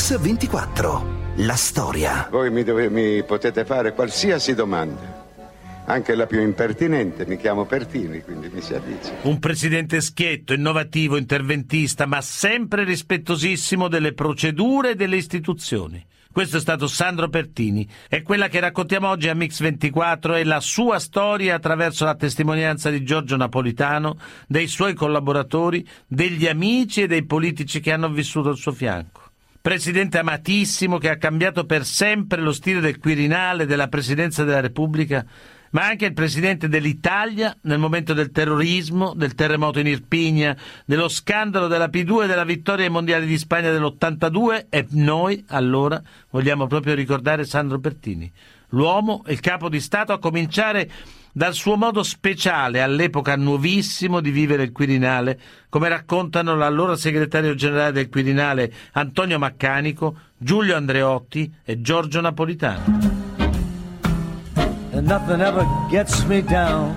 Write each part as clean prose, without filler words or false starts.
Mix24. La storia. Voi mi potete fare qualsiasi domanda, anche la più impertinente. Mi chiamo Pertini, quindi mi si addice. Un presidente schietto, innovativo, interventista, ma sempre rispettosissimo delle procedure e delle istituzioni. Questo è stato Sandro Pertini, è quella che raccontiamo oggi a Mix24 e la sua storia attraverso la testimonianza di Giorgio Napolitano, dei suoi collaboratori, degli amici e dei politici che hanno vissuto al suo fianco. Presidente amatissimo che ha cambiato per sempre lo stile del Quirinale, della Presidenza della Repubblica, ma anche il presidente dell'Italia nel momento del terrorismo, del terremoto in Irpinia, dello scandalo della P2 e della vittoria ai mondiali di Spagna dell'82, e noi allora vogliamo proprio ricordare Sandro Pertini, l'uomo e il capo di Stato, a cominciare dal suo modo speciale, all'epoca nuovissimo, di vivere il Quirinale, come raccontano l'allora segretario generale del Quirinale Antonio Maccanico, Giulio Andreotti e Giorgio Napolitano. And nothing ever gets me down.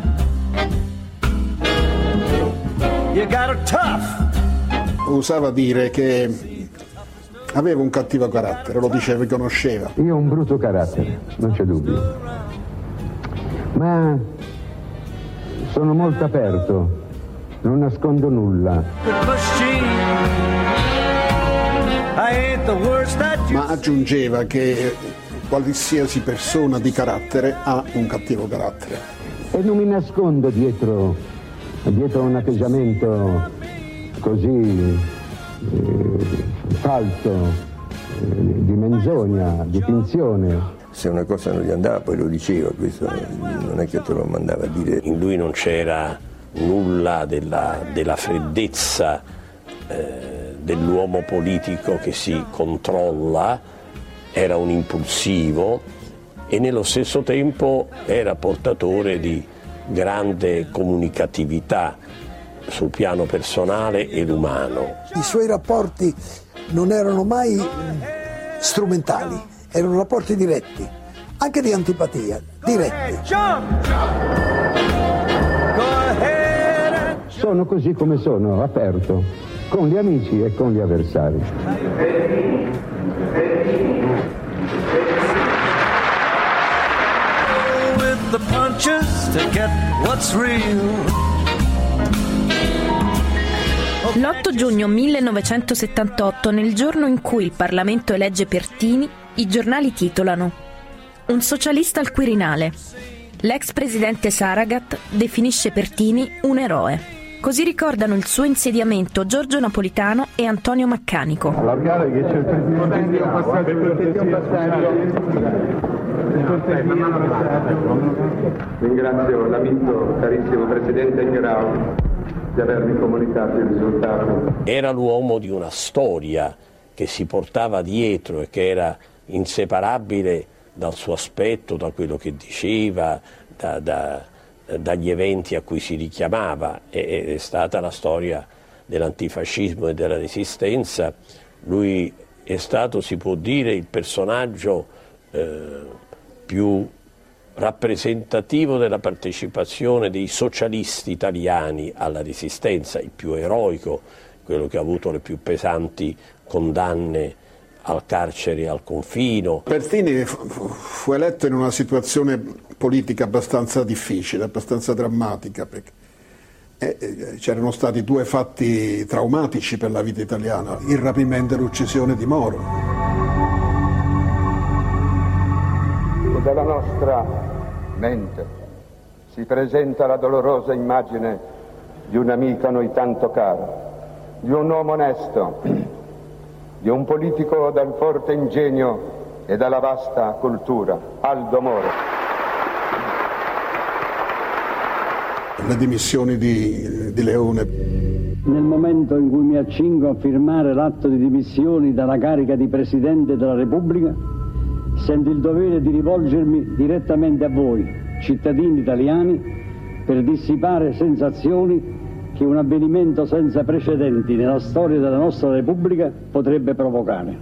You got it tough. Usava dire che aveva un cattivo carattere, lo diceva e conosceva. Io ho un brutto carattere, non c'è dubbio. Ma sono molto aperto, non nascondo nulla. Ma aggiungeva che qualsiasi persona di carattere ha un cattivo carattere. E non mi nascondo dietro un atteggiamento così falso, di menzogna, di finzione. Se una cosa non gli andava poi lo diceva, questo non è che te lo mandava a dire. In lui non c'era nulla della freddezza dell'uomo politico che si controlla, era un impulsivo e nello stesso tempo era portatore di grande comunicatività sul piano personale ed umano. I suoi rapporti non erano mai strumentali, erano rapporti diretti, anche di antipatia, diretti. Sono così come sono, aperto, con gli amici e con gli avversari. L'8 giugno 1978, nel giorno in cui il Parlamento elegge Pertini, i giornali titolano: Un socialista al Quirinale. L'ex presidente Saragat definisce Pertini un eroe. Così ricordano il suo insediamento Giorgio Napolitano e Antonio Maccanico. Allargare che c'è il presidente. Ringrazio l'amico carissimo presidente Grau di avermi comunicato il risultato. Era l'uomo di una storia che si portava dietro e che era inseparabile dal suo aspetto, da quello che diceva, dagli eventi a cui si richiamava. È stata la storia dell'antifascismo e della resistenza. Lui è stato, si può dire, il personaggio più rappresentativo della partecipazione dei socialisti italiani alla resistenza, il più eroico, quello che ha avuto le più pesanti condanne al carcere e al confino. Pertini fu eletto in una situazione politica abbastanza difficile, abbastanza drammatica, perché c'erano stati due fatti traumatici per la vita italiana: il rapimento e l'uccisione di Moro. E dalla nostra mente si presenta la dolorosa immagine di un amico a noi tanto caro, di un uomo onesto, di un politico dal forte ingegno e dalla vasta cultura, Aldo Moro. Le dimissioni di Leone. Nel momento in cui mi accingo a firmare l'atto di dimissioni dalla carica di Presidente della Repubblica, sento il dovere di rivolgermi direttamente a voi, cittadini italiani, per dissipare sensazioni che un avvenimento senza precedenti nella storia della nostra Repubblica potrebbe provocare.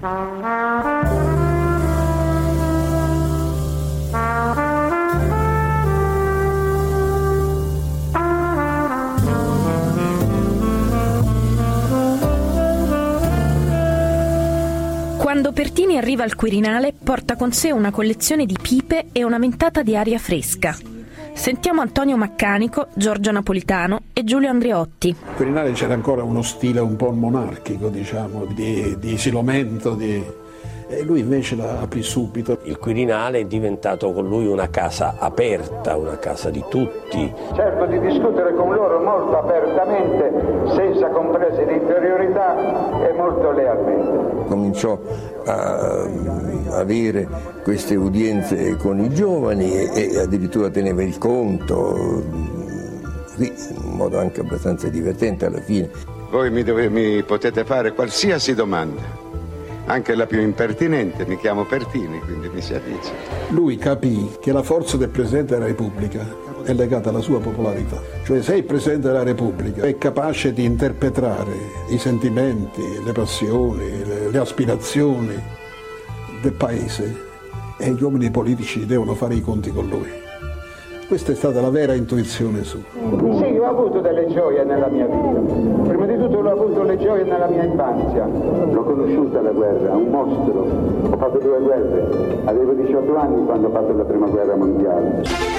Quando Quando Pertini arriva al Quirinale porta con sé una collezione di pipe e una ventata di aria fresca. Sentiamo Antonio Maccanico, Giorgio Napolitano e Giulio Andreotti. Al Quirinale c'era ancora uno stile un po' monarchico, diciamo, di isolamento, e lui invece la aprì subito. Il Quirinale è diventato con lui una casa aperta, una casa di tutti. Certo di discutere con loro molto apertamente, senza complessi di inferiorità e molto lealmente. Cominciò a avere queste udienze con i giovani e addirittura teneva il conto, in modo anche abbastanza divertente alla fine. Voi mi potete fare qualsiasi domanda, anche la più impertinente, mi chiamo Pertini, quindi mi si addice. Lui capì che la forza del Presidente della Repubblica è legata alla sua popolarità. Cioè, se il Presidente della Repubblica è capace di interpretare i sentimenti, le passioni, le aspirazioni del Paese, e gli uomini politici devono fare i conti con lui. Questa è stata la vera intuizione sua. Sì, ho avuto delle gioie nella mia vita. Prima di tutto ho avuto le gioie nella mia infanzia. L'ho conosciuta la guerra, un mostro. Ho fatto 2 guerre. Avevo 18 anni quando ho fatto la prima guerra mondiale.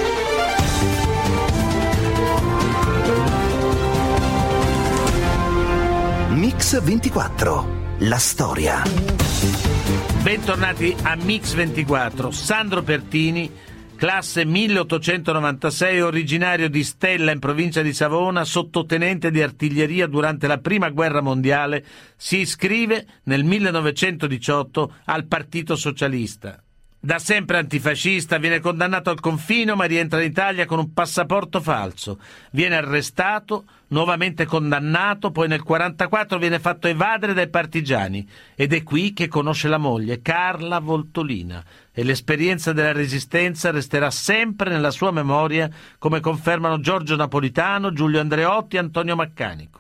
Mix 24, la storia. Bentornati a Mix 24. Sandro Pertini, classe 1896, originario di Stella in provincia di Savona, sottotenente di artiglieria durante la Prima Guerra Mondiale, si iscrive nel 1918 al Partito Socialista. Da sempre antifascista, viene condannato al confino ma rientra in Italia con un passaporto falso. Viene arrestato, nuovamente condannato, poi nel 1944 viene fatto evadere dai partigiani ed è qui che conosce la moglie, Carla Voltolina, e l'esperienza della resistenza resterà sempre nella sua memoria, come confermano Giorgio Napolitano, Giulio Andreotti e Antonio Maccanico.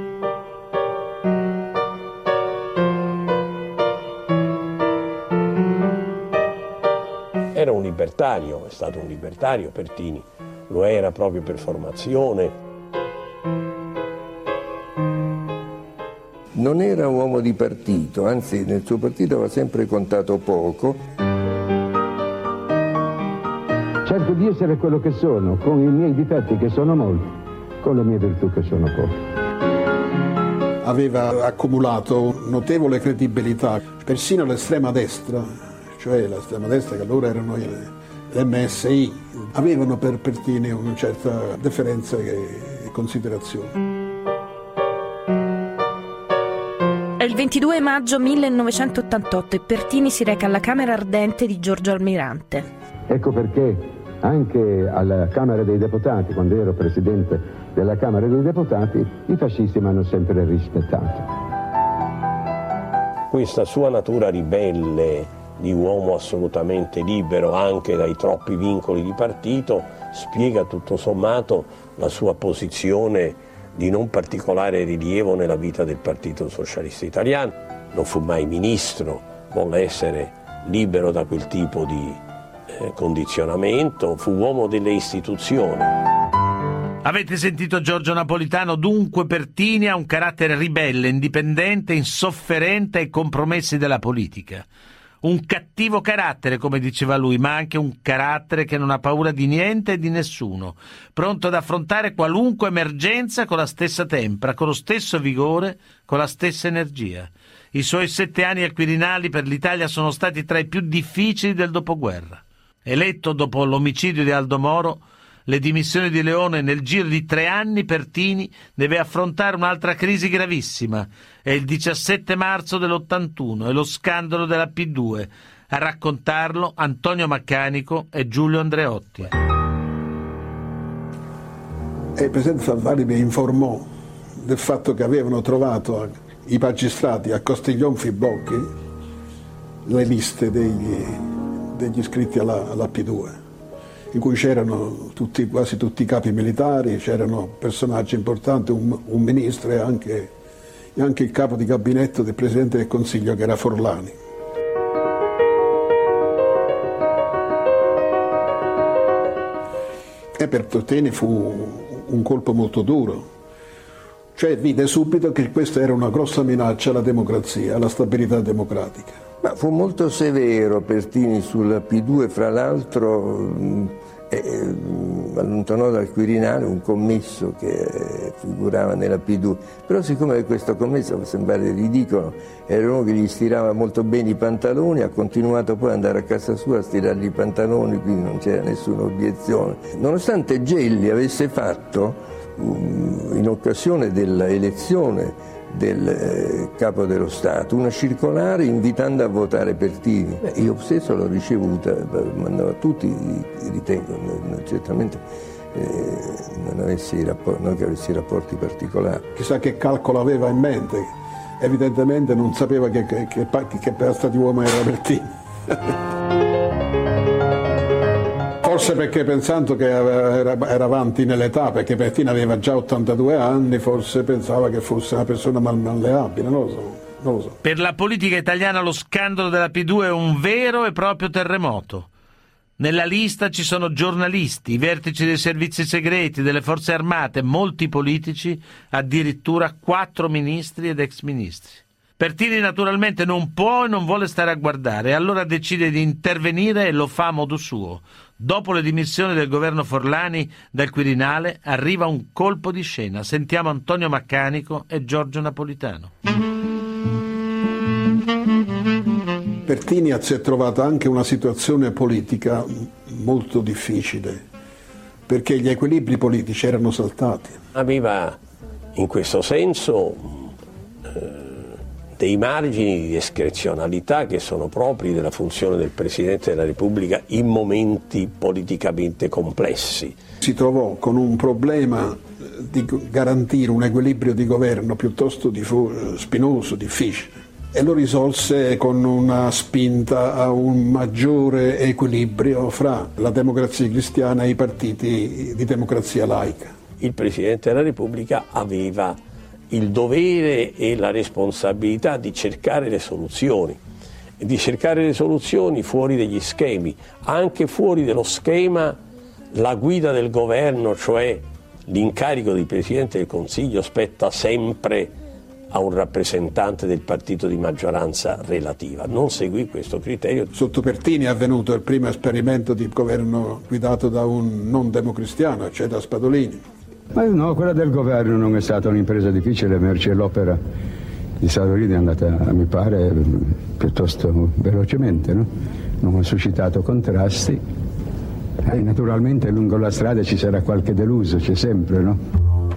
Era un libertario, è stato un libertario Pertini, lo era proprio per formazione. Non era un uomo di partito, anzi nel suo partito aveva sempre contato poco. Cerco di essere quello che sono, con i miei difetti che sono molti, con le mie virtù che sono poche. Aveva accumulato notevole credibilità, persino l'estrema destra, cioè l'estrema destra che allora erano l'MSI, avevano per Pertini una certa deferenza e considerazione. È il 22 maggio 1988 e Pertini si reca alla Camera Ardente di Giorgio Almirante. Ecco perché anche alla Camera dei Deputati, quando ero presidente della Camera dei Deputati, i fascisti mi hanno sempre rispettato. Questa sua natura ribelle, di uomo assolutamente libero anche dai troppi vincoli di partito, spiega tutto sommato la sua posizione di non particolare rilievo nella vita del Partito Socialista Italiano. Non fu mai ministro, volle essere libero da quel tipo di condizionamento, fu uomo delle istituzioni. Avete sentito Giorgio Napolitano? Dunque Pertini ha un carattere ribelle, indipendente, insofferente ai compromessi della politica. Un cattivo carattere, come diceva lui, ma anche un carattere che non ha paura di niente e di nessuno, pronto ad affrontare qualunque emergenza con la stessa tempra, con lo stesso vigore, con la stessa energia. I suoi 7 anni al Quirinale per l'Italia sono stati tra i più difficili del dopoguerra. Eletto dopo l'omicidio di Aldo Moro, le dimissioni di Leone, nel giro di 3 anni Pertini deve affrontare un'altra crisi gravissima. È il 17 marzo dell'81, è lo scandalo della P2. A raccontarlo Antonio Maccanico e Giulio Andreotti. Il presidente Salvini mi informò del fatto che avevano trovato i magistrati a Costiglion Fibocchi le liste degli iscritti alla P2, in cui c'erano quasi tutti i capi militari, c'erano personaggi importanti, un ministro e anche il capo di gabinetto del Presidente del Consiglio, che era Forlani. E per Pertini fu un colpo molto duro, cioè vide subito che questa era una grossa minaccia alla democrazia, alla stabilità democratica. Ma fu molto severo Pertini sulla P2, fra l'altro allontanò dal Quirinale un commesso che figurava nella P2, però siccome questo commesso può sembrare ridicolo, era uno che gli stirava molto bene i pantaloni, ha continuato poi ad andare a casa sua a stirargli i pantaloni, quindi non c'era nessuna obiezione. Nonostante Gelli avesse fatto, in occasione dell'elezione del capo dello Stato, una circolare invitando a votare Pertini. Io stesso l'ho ricevuta, mandavo a tutti, ritengo, certamente non che avessi rapporti particolari. Chissà che calcolo aveva in mente, evidentemente non sapeva che pasta di uomo era Pertini. Forse perché pensando che era avanti nell'età, perché Pertini aveva già 82 anni, forse pensava che fosse una persona malleabile, non lo so. Per la politica italiana lo scandalo della P2 è un vero e proprio terremoto. Nella lista ci sono giornalisti, i vertici dei servizi segreti, delle forze armate, molti politici, addirittura 4 ministri ed ex ministri. Pertini naturalmente non può e non vuole stare a guardare, e allora decide di intervenire e lo fa a modo suo. Dopo le dimissioni del governo Forlani dal Quirinale arriva un colpo di scena. Sentiamo Antonio Maccanico e Giorgio Napolitano. Pertini si è trovato anche una situazione politica molto difficile, perché gli equilibri politici erano saltati. Aveva in questo senso dei margini di discrezionalità che sono propri della funzione del Presidente della Repubblica in momenti politicamente complessi. Si trovò con un problema di garantire un equilibrio di governo piuttosto spinoso, difficile, e lo risolse con una spinta a un maggiore equilibrio fra la Democrazia Cristiana e i partiti di democrazia laica. Il Presidente della Repubblica aveva il dovere e la responsabilità di cercare le soluzioni, e di cercare le soluzioni fuori degli schemi, anche fuori dello schema. La guida del governo, cioè l'incarico di Presidente del Consiglio, spetta sempre a un rappresentante del partito di maggioranza relativa. Non seguì questo criterio. Sotto Pertini è avvenuto il primo esperimento di governo guidato da un non democristiano, cioè da Spadolini. Ma no, quella del governo non è stata un'impresa difficile, merce l'opera di Spadolini è andata, mi pare, piuttosto velocemente, no? Non ha suscitato contrasti. Naturalmente lungo la strada ci sarà qualche deluso, c'è sempre, no?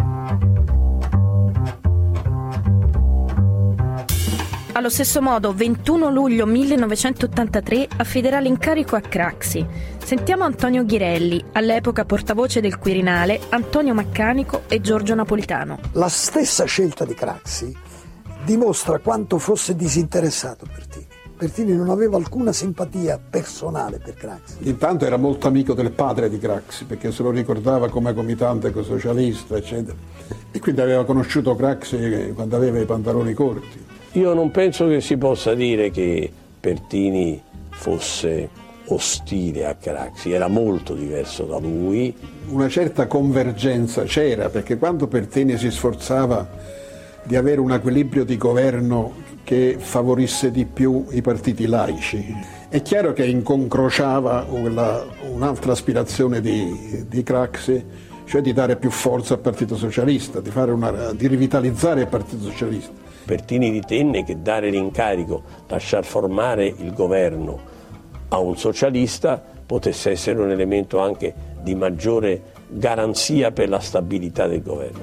Allo stesso modo, 21 luglio 1983 affiderà l'incarico a Craxi. Sentiamo Antonio Ghirelli, all'epoca portavoce del Quirinale, Antonio Maccanico e Giorgio Napolitano. La stessa scelta di Craxi dimostra quanto fosse disinteressato Pertini. Pertini non aveva alcuna simpatia personale per Craxi. Intanto era molto amico del padre di Craxi, perché se lo ricordava come comitante ecosocialista, eccetera. E quindi aveva conosciuto Craxi quando aveva i pantaloni corti. Io non penso che si possa dire che Pertini fosse ostile a Craxi, era molto diverso da lui. Una certa convergenza c'era, perché quando Pertini si sforzava di avere un equilibrio di governo che favorisse di più i partiti laici, è chiaro che incrociava un'altra aspirazione di Craxi, cioè di dare più forza al Partito Socialista, di rivitalizzare il Partito Socialista. Pertini ritenne che dare l'incarico, lasciar formare il governo a un socialista potesse essere un elemento anche di maggiore garanzia per la stabilità del governo.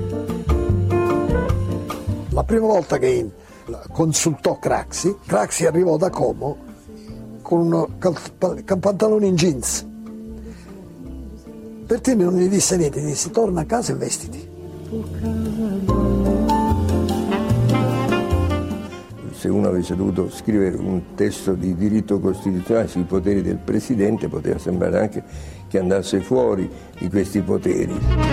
La prima volta che consultò Craxi arrivò da Como con pantaloni in jeans. Pertini non gli disse niente, gli disse torna a casa e vestiti. Se uno avesse dovuto scrivere un testo di diritto costituzionale sui poteri del Presidente, poteva sembrare anche che andasse fuori di questi poteri.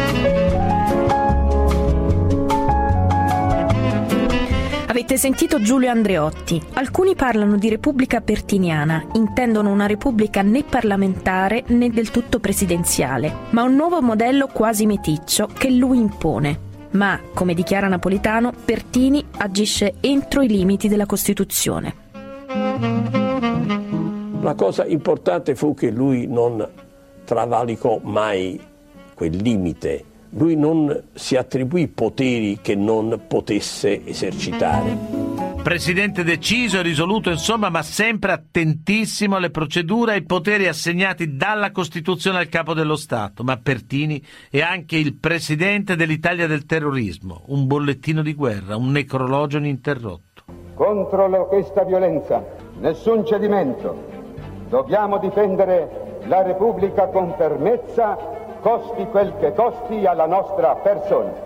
Avete sentito Giulio Andreotti. Alcuni parlano di repubblica pertiniana, intendono una repubblica né parlamentare né del tutto presidenziale, ma un nuovo modello quasi meticcio che lui impone. Ma, come dichiara Napolitano, Pertini agisce entro i limiti della Costituzione. La cosa importante fu che lui non travalicò mai quel limite, lui non si attribuì poteri che non potesse esercitare. Presidente deciso e risoluto, insomma, ma sempre attentissimo alle procedure e ai poteri assegnati dalla Costituzione al capo dello Stato. Ma Pertini è anche il presidente dell'Italia del terrorismo, un bollettino di guerra, un necrologio ininterrotto. Contro questa violenza, nessun cedimento. Dobbiamo difendere la Repubblica con fermezza, costi quel che costi alla nostra persona.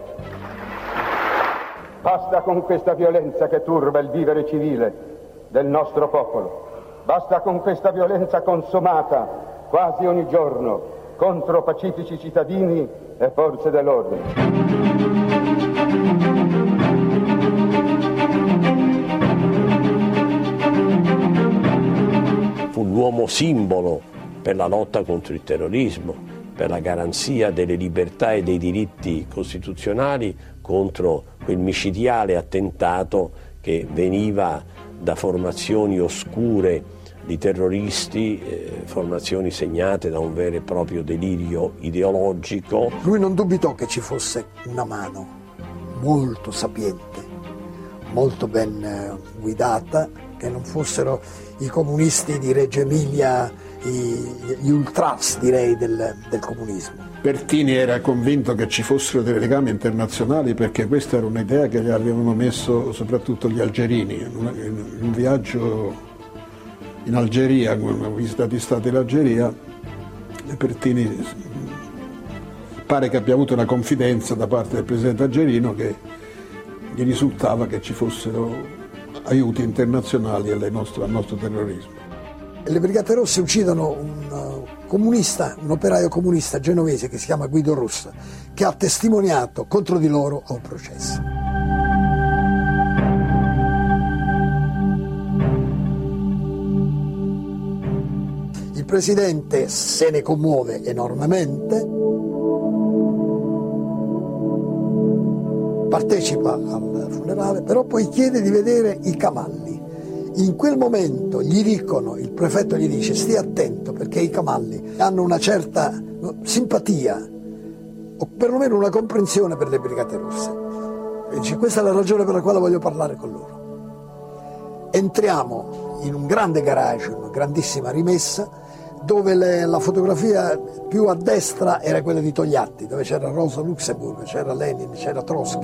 Basta con questa violenza che turba il vivere civile del nostro popolo. Basta con questa violenza consumata quasi ogni giorno contro pacifici cittadini e forze dell'ordine. Fu l'uomo simbolo per la lotta contro il terrorismo, per la garanzia delle libertà e dei diritti costituzionali contro quel micidiale attentato che veniva da formazioni oscure di terroristi, formazioni segnate da un vero e proprio delirio ideologico. Lui non dubitò che ci fosse una mano molto sapiente, molto ben guidata, che non fossero i comunisti di Reggio Emilia, gli ultras, direi, del comunismo. Pertini era convinto che ci fossero dei legami internazionali perché questa era un'idea che gli avevano messo soprattutto gli algerini. In un viaggio in Algeria, una visita di Stato in Algeria, Pertini pare che abbia avuto una confidenza da parte del presidente algerino che gli risultava che ci fossero aiuti internazionali al nostro terrorismo. Le Brigate Rosse uccidono un comunista, un operaio comunista genovese che si chiama Guido Rossa, che ha testimoniato contro di loro a un processo. Il presidente se ne commuove enormemente, partecipa al funerale, però poi chiede di vedere i cavalli. In quel momento gli dicono, il prefetto gli dice: stia attento perché i cavalli hanno una certa simpatia o perlomeno una comprensione per le Brigate Rosse. E dice: questa è la ragione per la quale voglio parlare con loro. Entriamo in un grande garage, una grandissima rimessa, dove la fotografia più a destra era quella di Togliatti, dove c'era Rosa Luxemburg, c'era Lenin, c'era Trotsky.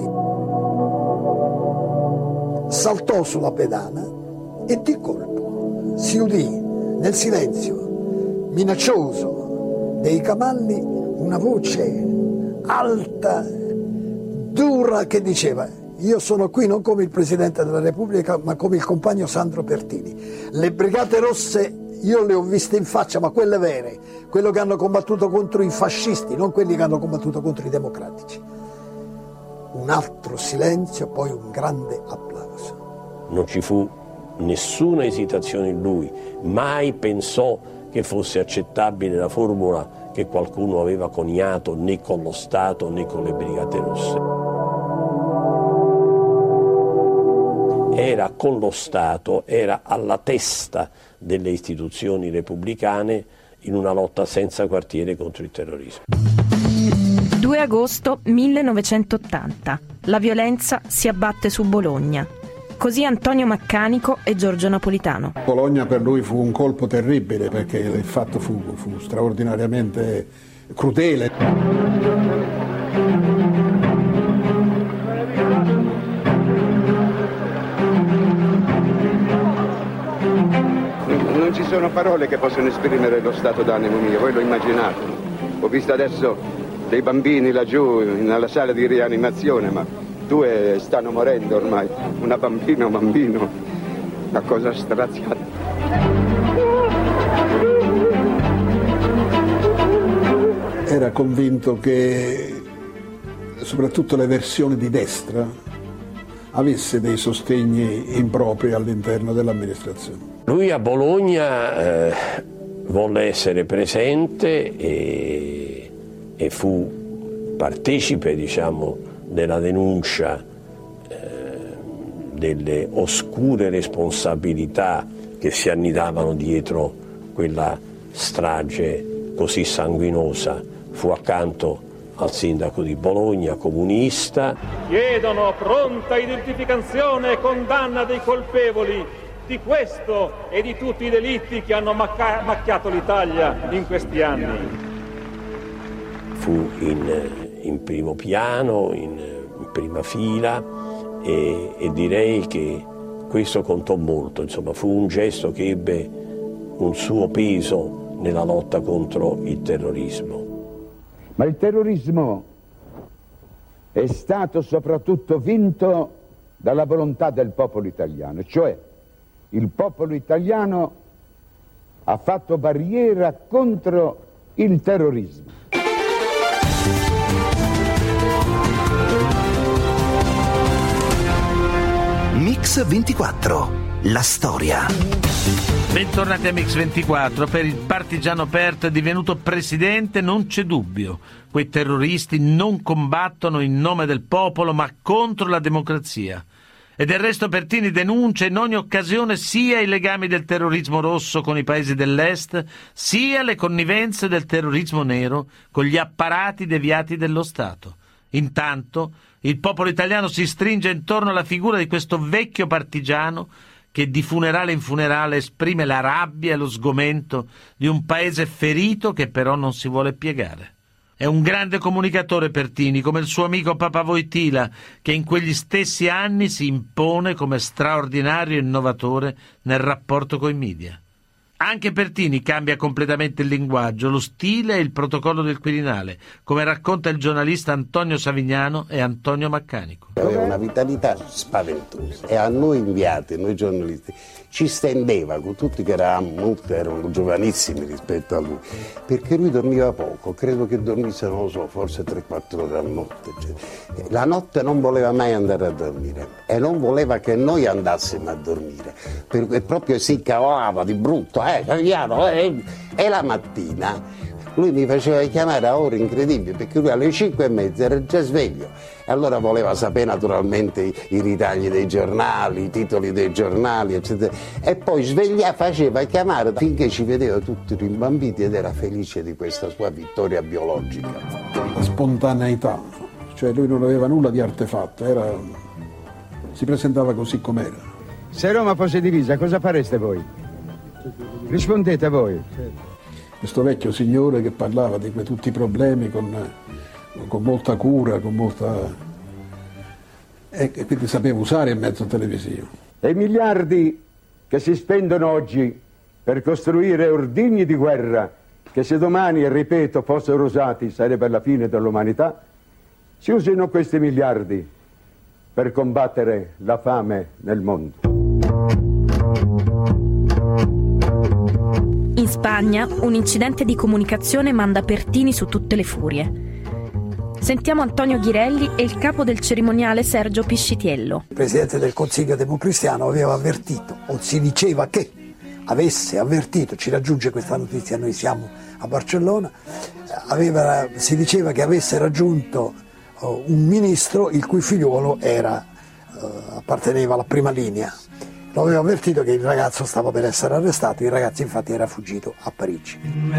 Saltò sulla pedana e di colpo si udì nel silenzio minaccioso dei cavalli una voce alta, dura, che diceva: io sono qui non come il Presidente della Repubblica ma come il compagno Sandro Pertini. Le Brigate Rosse io le ho viste in faccia, ma quelle vere, quello che hanno combattuto contro i fascisti, non quelli che hanno combattuto contro i democratici. Un altro silenzio, poi un grande applauso. Non ci fu nessuna esitazione in lui, mai pensò che fosse accettabile la formula che qualcuno aveva coniato né con lo Stato né con le Brigate Rosse. Era con lo Stato, era alla testa delle istituzioni repubblicane in una lotta senza quartiere contro il terrorismo. 2 agosto 1980. La violenza si abbatte su Bologna. Così Antonio Maccanico e Giorgio Napolitano. Bologna per lui fu un colpo terribile perché il fatto fu straordinariamente crudele. Non ci sono parole che possono esprimere lo stato d'animo mio, voi lo immaginate. Ho visto adesso dei bambini laggiù nella sala di rianimazione, ma 2 stanno morendo ormai, una bambina, un bambino, una cosa straziata. Era convinto che soprattutto le versioni di destra avesse dei sostegni impropri all'interno dell'amministrazione. Lui a Bologna volle essere presente e fu partecipe, diciamo, della denuncia delle oscure responsabilità che si annidavano dietro quella strage così sanguinosa. Fu accanto al sindaco di Bologna, comunista. Chiedono pronta identificazione e condanna dei colpevoli di questo e di tutti i delitti che hanno macchiato l'Italia in questi anni. Fu in primo piano, in prima fila e direi che questo contò molto, insomma fu un gesto che ebbe un suo peso nella lotta contro il terrorismo. Ma il terrorismo è stato soprattutto vinto dalla volontà del popolo italiano, cioè il popolo italiano ha fatto barriera contro il terrorismo. Mix 24, la storia. Bentornati a Mix 24. Per il partigiano Pert divenuto presidente non c'è dubbio. Quei terroristi non combattono in nome del popolo ma contro la democrazia. E del resto Pertini denuncia in ogni occasione sia i legami del terrorismo rosso con i paesi dell'Est, sia le connivenze del terrorismo nero con gli apparati deviati dello Stato. Intanto il popolo italiano si stringe intorno alla figura di questo vecchio partigiano che di funerale in funerale esprime la rabbia e lo sgomento di un paese ferito che però non si vuole piegare. È un grande comunicatore Pertini, come il suo amico Papa Wojtyla, che in quegli stessi anni si impone come straordinario innovatore nel rapporto coi media. Anche Pertini cambia completamente il linguaggio, lo stile e il protocollo del Quirinale, come racconta il giornalista Antonio Savignano e Antonio Maccanico. Aveva una vitalità spaventosa e a noi inviati, noi giornalisti, ci stendeva con tutti che erano giovanissimi rispetto a lui, perché lui dormiva poco, credo che dormisse, non lo so, forse 3-4 ore a notte. La notte non voleva mai andare a dormire e non voleva che noi andassimo a dormire, perché proprio si cavava di brutto, e la mattina lui mi faceva chiamare a ore incredibili, perché lui alle 5:30 era già sveglio e allora voleva sapere naturalmente i ritagli dei giornali, i titoli dei giornali, eccetera, e poi faceva chiamare finché ci vedeva tutti rimbambiti ed era felice di questa sua vittoria biologica. La spontaneità, cioè lui non aveva nulla di artefatto, si presentava così com'era. Se Roma fosse divisa, cosa fareste voi? Rispondete voi. Questo vecchio signore che parlava di tutti i problemi con molta cura, e quindi sapeva usare il mezzo televisivo. E i miliardi che si spendono oggi per costruire ordigni di guerra, che se domani, ripeto, fossero usati sarebbe la fine dell'umanità, si usino questi miliardi per combattere la fame nel mondo. In Spagna, un incidente di comunicazione manda Pertini su tutte le furie. Sentiamo Antonio Ghirelli e il capo del cerimoniale Sergio Piscitiello. Il presidente del Consiglio Democristiano aveva avvertito, o si diceva che avesse avvertito, ci raggiunge questa notizia, noi siamo a Barcellona, si diceva che avesse raggiunto un ministro il cui figliuolo apparteneva alla prima linea. Lo aveva avvertito che il ragazzo stava per essere arrestato, il ragazzo infatti era fuggito a Parigi.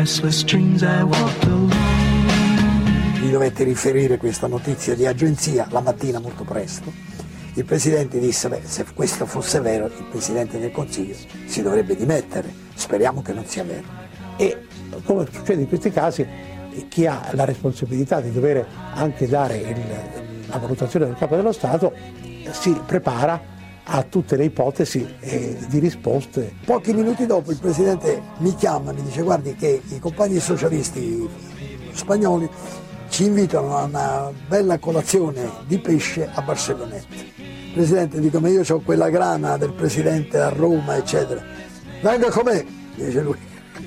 Gli dovette riferire questa notizia di agenzia la mattina molto presto. Il presidente disse, se questo fosse vero, il presidente del Consiglio si dovrebbe dimettere, speriamo che non sia vero. E come succede in questi casi, chi ha la responsabilità di dover anche dare la valutazione del capo dello Stato si prepara a tutte le ipotesi di risposte. Pochi minuti dopo il presidente mi chiama e mi dice guardi che i compagni socialisti spagnoli ci invitano a una bella colazione di pesce a Barcelloneta. Presidente, dico, ma io ho quella grana del presidente a Roma, eccetera. Venga con me, dice lui.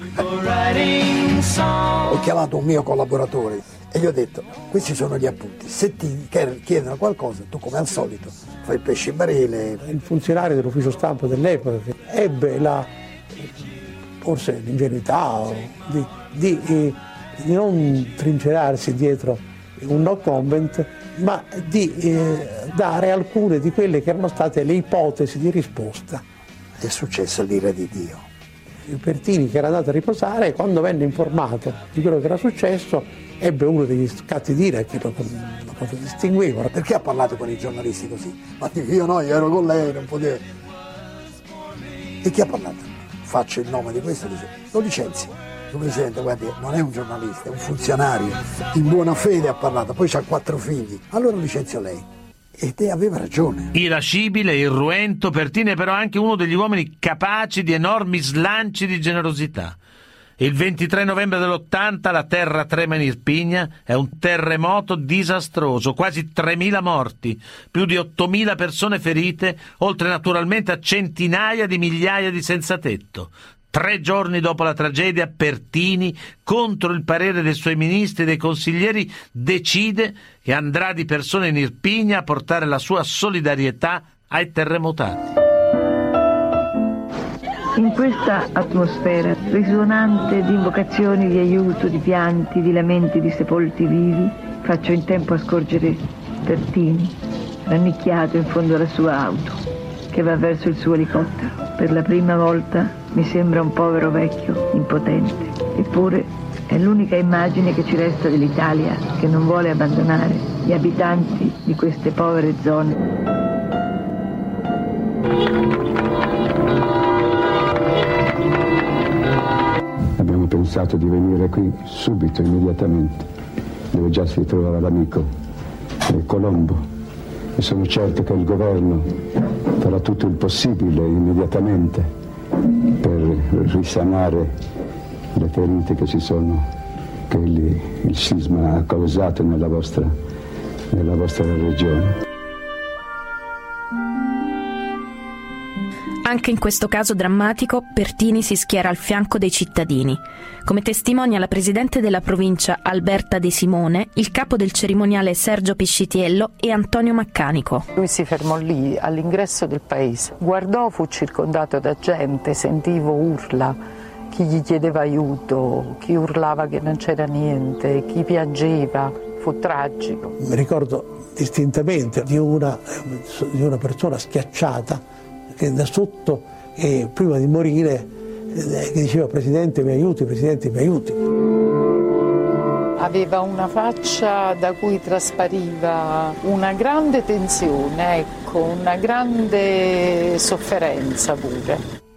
Ho chiamato un mio collaboratore e gli ho detto, questi sono gli appunti, se ti chiedono qualcosa, tu come al solito fai il pesce in barile. Il funzionario dell'ufficio stampa dell'epoca che ebbe forse l'ingenuità di non trincerarsi dietro un no comment, ma di dare alcune di quelle che erano state le ipotesi di risposta è successo l'ira di Dio. Il Pertini, che era andato a riposare, quando venne informato di quello che era successo, ebbe uno degli scatti d'ira che lo distinguevano. Perché ha parlato con i giornalisti così? Ma io ero con lei, non potevo. E chi ha parlato? Faccio il nome di questo, dice, lo licenzio. Il presidente, guardi, non è un giornalista, è un funzionario, in buona fede ha parlato, poi ha 4 figli, allora licenzio lei. E te aveva ragione. Irascibile, irruento, Pertini è però anche uno degli uomini capaci di enormi slanci di generosità. Il 23 novembre dell'80 la terra trema in Irpinia, è un terremoto disastroso, quasi 3.000 morti, più di 8.000 persone ferite, oltre naturalmente a centinaia di migliaia di senzatetto. 3 giorni dopo la tragedia, Pertini, contro il parere dei suoi ministri e dei consiglieri, decide che andrà di persona in Irpinia a portare la sua solidarietà ai terremotati. In questa atmosfera risonante di invocazioni di aiuto, di pianti, di lamenti di sepolti vivi, faccio in tempo a scorgere Pertini, rannicchiato in fondo alla sua auto, che va verso il suo elicottero. Per la prima volta mi sembra un povero vecchio impotente, eppure è l'unica immagine che ci resta dell'Italia che non vuole abbandonare gli abitanti di queste povere zone. Abbiamo pensato di venire qui subito, immediatamente, dove già si trova l'amico Colombo, e sono certo che il governo farà tutto il possibile immediatamente per risanare le ferite che il sisma ha causato nella vostra regione. Anche in questo caso drammatico, Pertini si schiera al fianco dei cittadini. Come testimonia la presidente della provincia Alberta De Simone, il capo del cerimoniale Sergio Piscitiello e Antonio Maccanico. Lui si fermò lì, all'ingresso del paese. Guardò, fu circondato da gente, sentivo urla, chi gli chiedeva aiuto, chi urlava che non c'era niente, chi piangeva. Fu tragico. Mi ricordo distintamente di una persona schiacciata che da sotto, prima di morire, che diceva Presidente mi aiuti, Presidente mi aiuti. Aveva una faccia da cui traspariva una grande tensione, una grande sofferenza pure.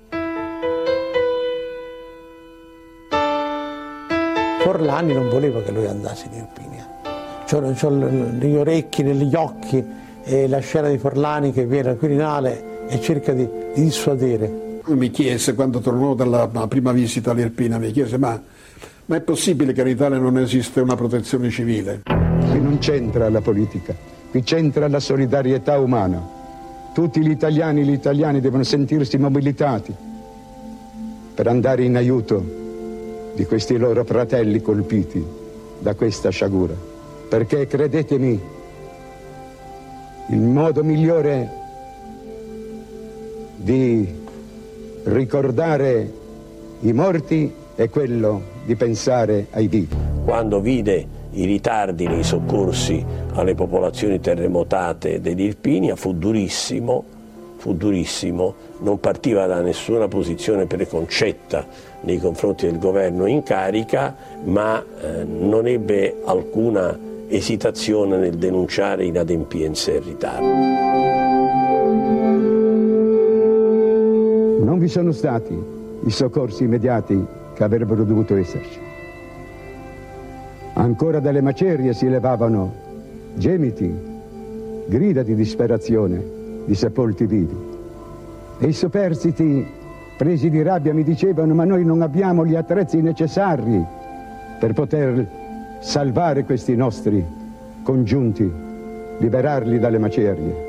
Forlani non voleva che lui andasse in Irpinia. C'ho negli orecchi, negli occhi, la scena di Forlani che viene al Quirinale e cerca di dissuadere. Mi chiese, quando tornò dalla prima visita all'Irpinia, mi chiese ma è possibile che in Italia non esiste una protezione civile? Qui non c'entra la politica, qui c'entra la solidarietà umana. Tutti gli italiani devono sentirsi mobilitati per andare in aiuto di questi loro fratelli colpiti da questa sciagura. Perché, credetemi, il modo migliore di ricordare i morti è quello di pensare ai vivi. Quando vide i ritardi nei soccorsi alle popolazioni terremotate dell'Irpinia fu durissimo, non partiva da nessuna posizione preconcetta nei confronti del governo in carica, ma non ebbe alcuna esitazione nel denunciare inadempienze e ritardi. Non vi sono stati i soccorsi immediati che avrebbero dovuto esserci. Ancora dalle macerie si levavano gemiti, grida di disperazione di sepolti vivi. E i superstiti, presi di rabbia, mi dicevano: ma noi non abbiamo gli attrezzi necessari per poter salvare questi nostri congiunti, liberarli dalle macerie.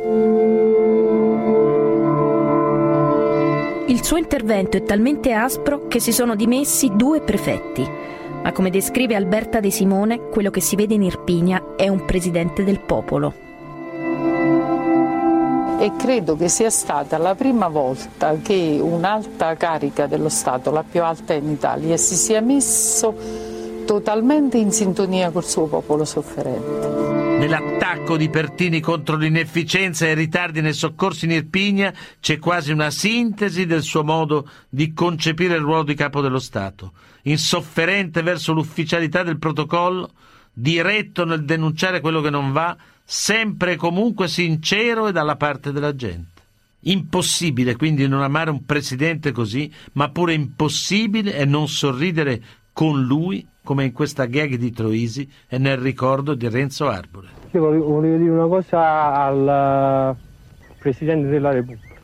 Il suo intervento è talmente aspro che si sono dimessi 2 prefetti. Ma come descrive Alberta De Simone, quello che si vede in Irpinia è un presidente del popolo. E credo che sia stata la prima volta che un'alta carica dello Stato, la più alta in Italia, si sia messo totalmente in sintonia col suo popolo sofferente. Nella nell'attacco di Pertini contro l'inefficienza e i ritardi nei soccorsi in Irpinia c'è quasi una sintesi del suo modo di concepire il ruolo di capo dello Stato, insofferente verso l'ufficialità del protocollo, diretto nel denunciare quello che non va, sempre e comunque sincero e dalla parte della gente. Impossibile quindi non amare un presidente così, ma pure impossibile e non sorridere con lui, come in questa gag di Troisi e nel ricordo di Renzo Arbore. Io volevo dire una cosa al Presidente della Repubblica,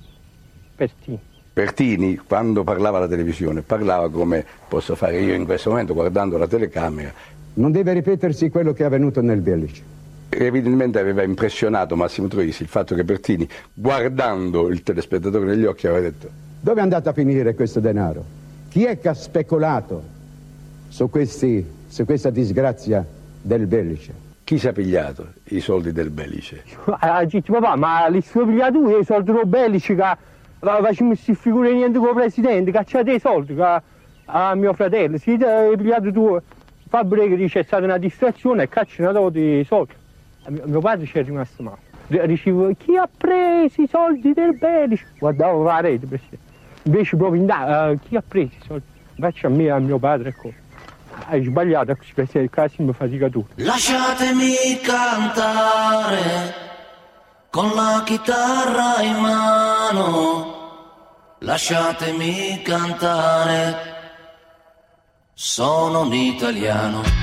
Pertini, quando parlava alla televisione, parlava come posso fare io in questo momento guardando la telecamera. Non deve ripetersi quello che è avvenuto nel Belice. Evidentemente aveva impressionato Massimo Troisi il fatto che Pertini, guardando il telespettatore negli occhi, aveva detto: dove è andato a finire questo denaro? Chi è che ha speculato su questa disgrazia del Belice? Chi si è pigliato i soldi del Belice? Papà, ma li sono pigliati tu i soldi del Belice, che facciamo queste figure niente con il Presidente, cacciate i soldi a mio fratello, si hai pigliato tu. Fabbrica dice è stata una distrazione e cacciano i soldi. Mio padre ci è rimasto male. Dicevo, chi ha preso i soldi del Belice? Guardavo la rete, Presidente. Invece proprio chi ha preso i soldi? Faccio a me e a mio padre, ecco. Hai sbagliato, Presidente, quasi mi fatica tu. Lasciatemi cantare con la chitarra in mano. Lasciatemi cantare, sono un italiano.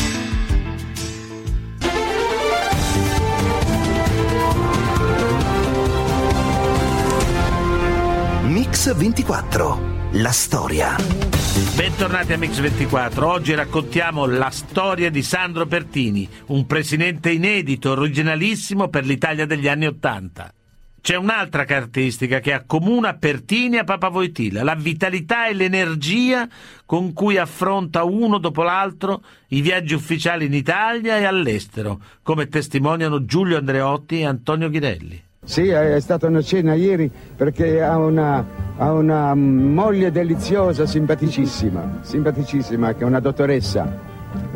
Mix 24, la storia. Bentornati a Mix 24. Oggi raccontiamo la storia di Sandro Pertini, un presidente inedito, originalissimo per l'Italia degli anni '80. C'è un'altra caratteristica che accomuna Pertini a Papa Wojtyla, la vitalità e l'energia con cui affronta uno dopo l'altro i viaggi ufficiali in Italia e all'estero, come testimoniano Giulio Andreotti e Antonio Ghirelli. Sì, è stata una cena ieri perché ha una moglie deliziosa, simpaticissima, che è una dottoressa,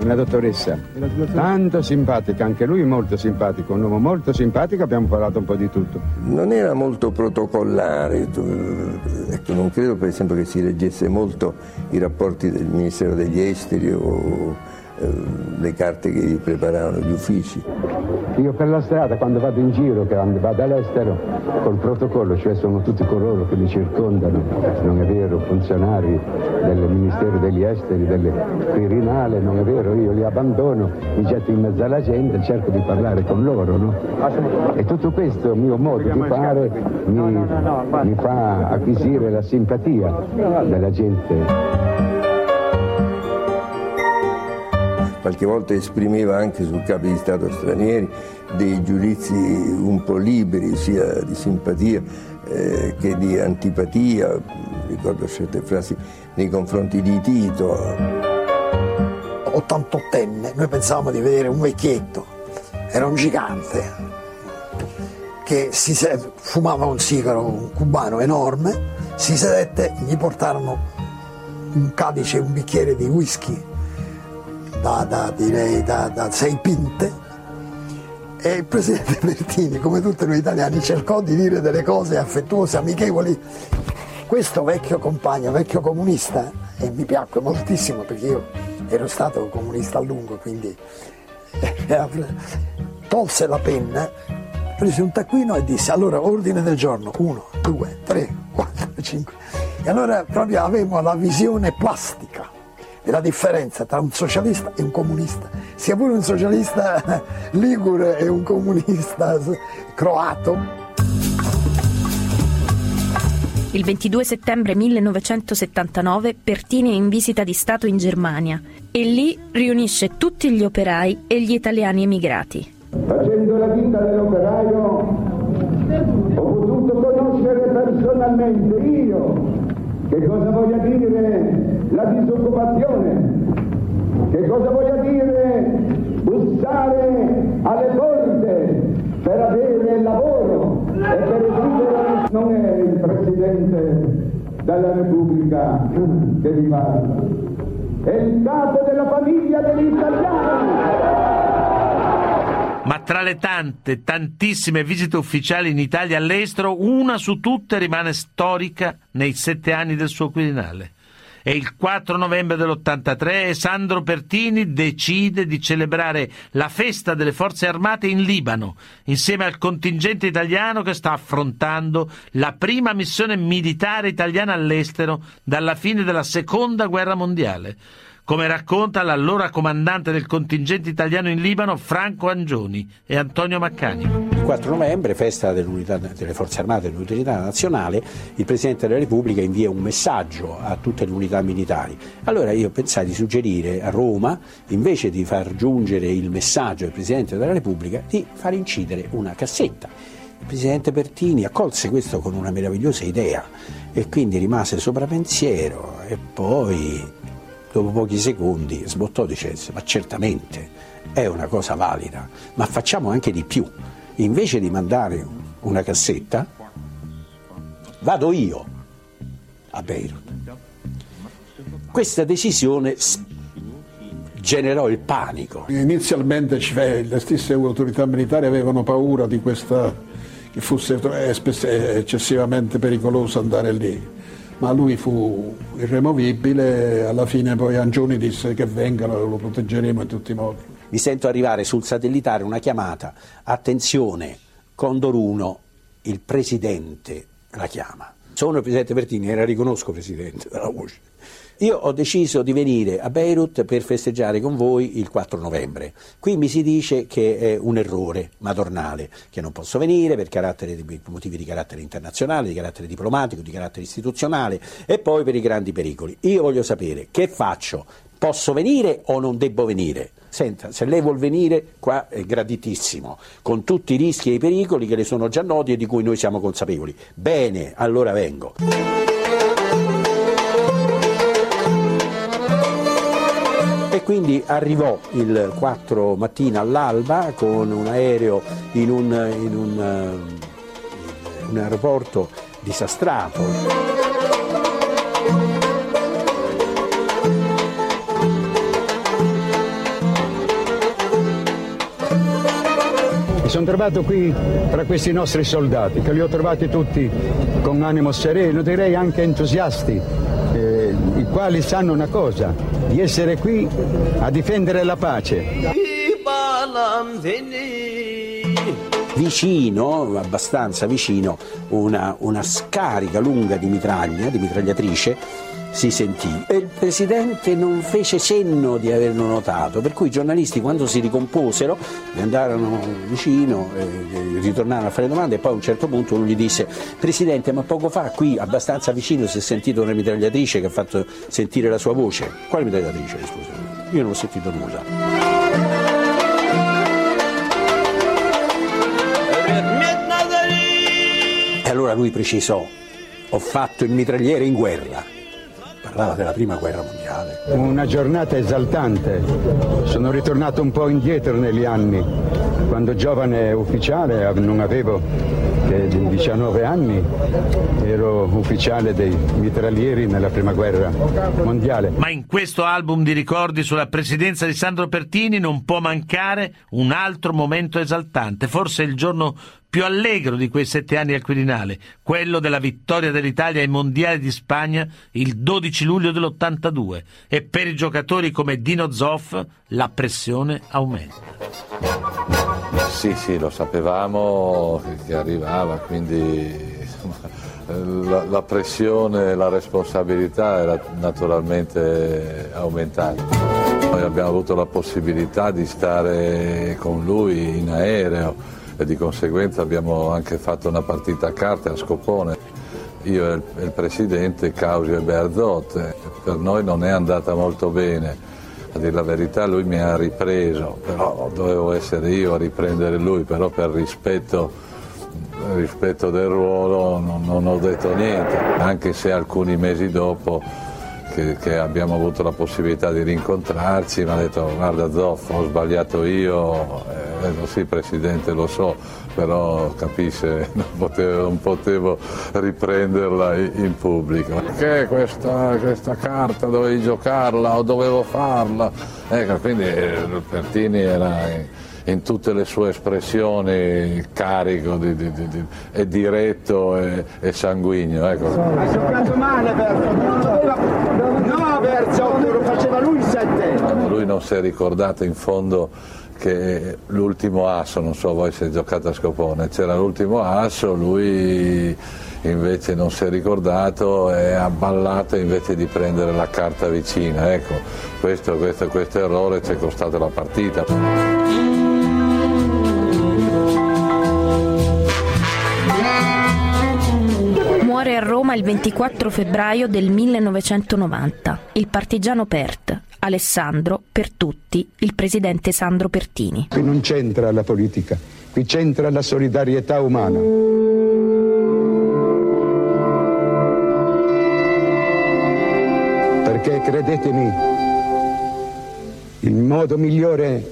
tanto simpatica, anche lui molto simpatico, un uomo molto simpatico, abbiamo parlato un po' di tutto. Non era molto protocollare, ecco, non credo per esempio che si leggesse molto i rapporti del Ministero degli Esteri o le carte che preparavano gli uffici. Io per la strada, quando vado in giro, che vado all'estero, col protocollo, cioè sono tutti coloro che mi circondano, non è vero, funzionari del Ministero degli Esteri, del Quirinale, non è vero, io li abbandono, mi getto in mezzo alla gente e cerco di parlare con loro, no? E tutto questo mio modo di fare mi fa acquisire la simpatia della gente. Qualche volta esprimeva anche su capi di Stato stranieri dei giudizi un po' liberi, sia di simpatia che di antipatia, ricordo certe frasi nei confronti di Tito. 88enne, noi pensavamo di vedere un vecchietto, era un gigante che fumava un sigaro, un cubano enorme, si sedette, gli portarono un calice, un bicchiere di whisky da 6 pinte e il presidente Pertini, come tutti noi italiani, cercò di dire delle cose affettuose, amichevoli. Questo vecchio compagno, vecchio comunista, e mi piacque moltissimo perché io ero stato comunista a lungo, quindi tolse la penna, prese un taccuino e disse: allora ordine del giorno 1, 2, 3, 4, 5, e allora proprio avevamo la visione plastica della differenza tra un socialista e un comunista, sia pure un socialista ligure e un comunista croato. Il 22 settembre 1979 Pertini è in visita di Stato in Germania e lì riunisce tutti gli operai e gli italiani emigrati. Facendo la vita dell'operaio ho potuto conoscere personalmente io che cosa voglia dire la disoccupazione, che cosa voglia dire bussare alle porte per avere lavoro e per esistere. Non è il Presidente della Repubblica che vi parla, è il capo della famiglia degli italiani. Ma tra le tantissime visite ufficiali in Italia e all'estero, una su tutte rimane storica nei 7 anni del suo Quirinale. È il 4 novembre dell'83 e Sandro Pertini decide di celebrare la festa delle forze armate in Libano, insieme al contingente italiano che sta affrontando la prima missione militare italiana all'estero dalla fine della Seconda Guerra Mondiale, come racconta l'allora comandante del contingente italiano in Libano Franco Angioni e Antonio Maccani. Il 4 novembre, festa dell'unità delle Forze Armate e dell'Unità Nazionale, il Presidente della Repubblica invia un messaggio a tutte le unità militari. Allora io pensai di suggerire a Roma, invece di far giungere il messaggio al Presidente della Repubblica, di far incidere una cassetta. Il Presidente Pertini accolse questo con una meravigliosa idea e quindi rimase sopra pensiero e poi, dopo pochi secondi, sbottò dicendo: ma certamente è una cosa valida, ma facciamo anche di più. Invece di mandare una cassetta, vado io a Beirut. Questa decisione generò il panico. Inizialmente le stesse autorità militari avevano paura di questa, che fosse eccessivamente pericoloso andare lì, ma lui fu irremovibile. Alla fine poi Angioni disse che vengano, lo proteggeremo in tutti i modi. Mi sento arrivare sul satellitare una chiamata: attenzione, Condor 1, il Presidente la chiama. Sono il Presidente Pertini, la riconosco Presidente dalla voce. Io ho deciso di venire a Beirut per festeggiare con voi il 4 novembre. Qui mi si dice che è un errore madornale, che non posso venire per motivi di carattere internazionale, di carattere diplomatico, di carattere istituzionale e poi per i grandi pericoli. Io voglio sapere che faccio, posso venire o non debbo venire? Senta, se lei vuol venire qua è graditissimo, con tutti i rischi e i pericoli che le sono già noti e di cui noi siamo consapevoli. Bene, allora vengo. E quindi arrivò il 4 mattina all'alba con un aereo in un aeroporto disastrato. Mi sono trovato qui tra questi nostri soldati, che li ho trovati tutti con animo sereno, direi anche entusiasti, i quali sanno una cosa: di essere qui a difendere la pace. Vicino, abbastanza vicino, una scarica lunga di mitragliatrice si sentì e il Presidente non fece cenno di averlo notato, per cui i giornalisti, quando si ricomposero, gli andarono vicino, ritornarono a fare domande e poi a un certo punto uno gli disse: Presidente, ma poco fa qui abbastanza vicino si è sentito una mitragliatrice che ha fatto sentire la sua voce. Quale mitragliatrice? Scusa, io non ho sentito nulla. E allora lui precisò: ho fatto il mitragliere in guerra. Parlava della prima guerra mondiale. Una giornata esaltante. Sono ritornato un po' indietro negli anni. Quando giovane ufficiale, non avevo che 19 anni, ero ufficiale dei mitraglieri nella prima guerra mondiale. Ma in questo album di ricordi sulla presidenza di Sandro Pertini non può mancare un altro momento esaltante, forse il giorno più allegro di quei 7 anni al Quirinale, quello della vittoria dell'Italia ai Mondiali di Spagna il 12 luglio dell'82. E per i giocatori come Dino Zoff la pressione aumenta. Sì, lo sapevamo che arrivava, quindi la pressione, la responsabilità era naturalmente aumentata. Noi abbiamo avuto la possibilità di stare con lui in aereo e di conseguenza abbiamo anche fatto una partita a carte a Scopone, io e il Presidente, Causio e Bearzot. Per noi non è andata molto bene, a dire la verità lui mi ha ripreso, però dovevo essere io a riprendere lui, però per rispetto del ruolo non ho detto niente, anche se alcuni mesi dopo che abbiamo avuto la possibilità di rincontrarci mi ha detto: guarda Zoff, ho sbagliato io. Sì Presidente, lo so, però capisce, non potevo riprenderla in pubblico. Perché questa carta dovevi giocarla o dovevo farla? Quindi Pertini era in tutte le sue espressioni, carico e diretto e sanguigno. Ecco. Hai giocato male Berzotto, lo faceva lui il 7. Lui non si è ricordato in fondo che l'ultimo asso, non so voi se giocate a scopone, c'era l'ultimo asso, lui invece non si è ricordato e ha ballato invece di prendere la carta vicina. Ecco, questo errore ci è costato la partita. Muore a Roma il 24 febbraio del 1990 il partigiano PERT, Alessandro per tutti, il presidente Sandro Pertini. Qui non c'entra la politica, qui c'entra la solidarietà umana. Perché credetemi, il modo migliore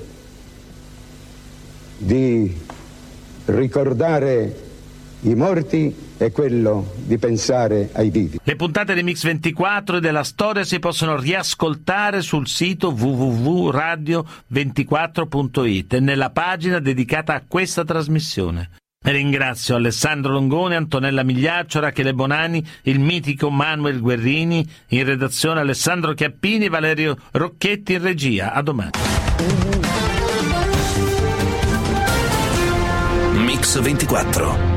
di ricordare i morti è quello di pensare ai vivi. Le puntate di Mix24 e della storia si possono riascoltare sul sito www.radio24.it e nella pagina dedicata a questa trasmissione. Ringrazio Alessandro Longone, Antonella Migliaccio, Rachele Bonani, il mitico Manuel Guerrini, in redazione Alessandro Chiappini, Valerio Rocchetti in regia. A domani. Mix24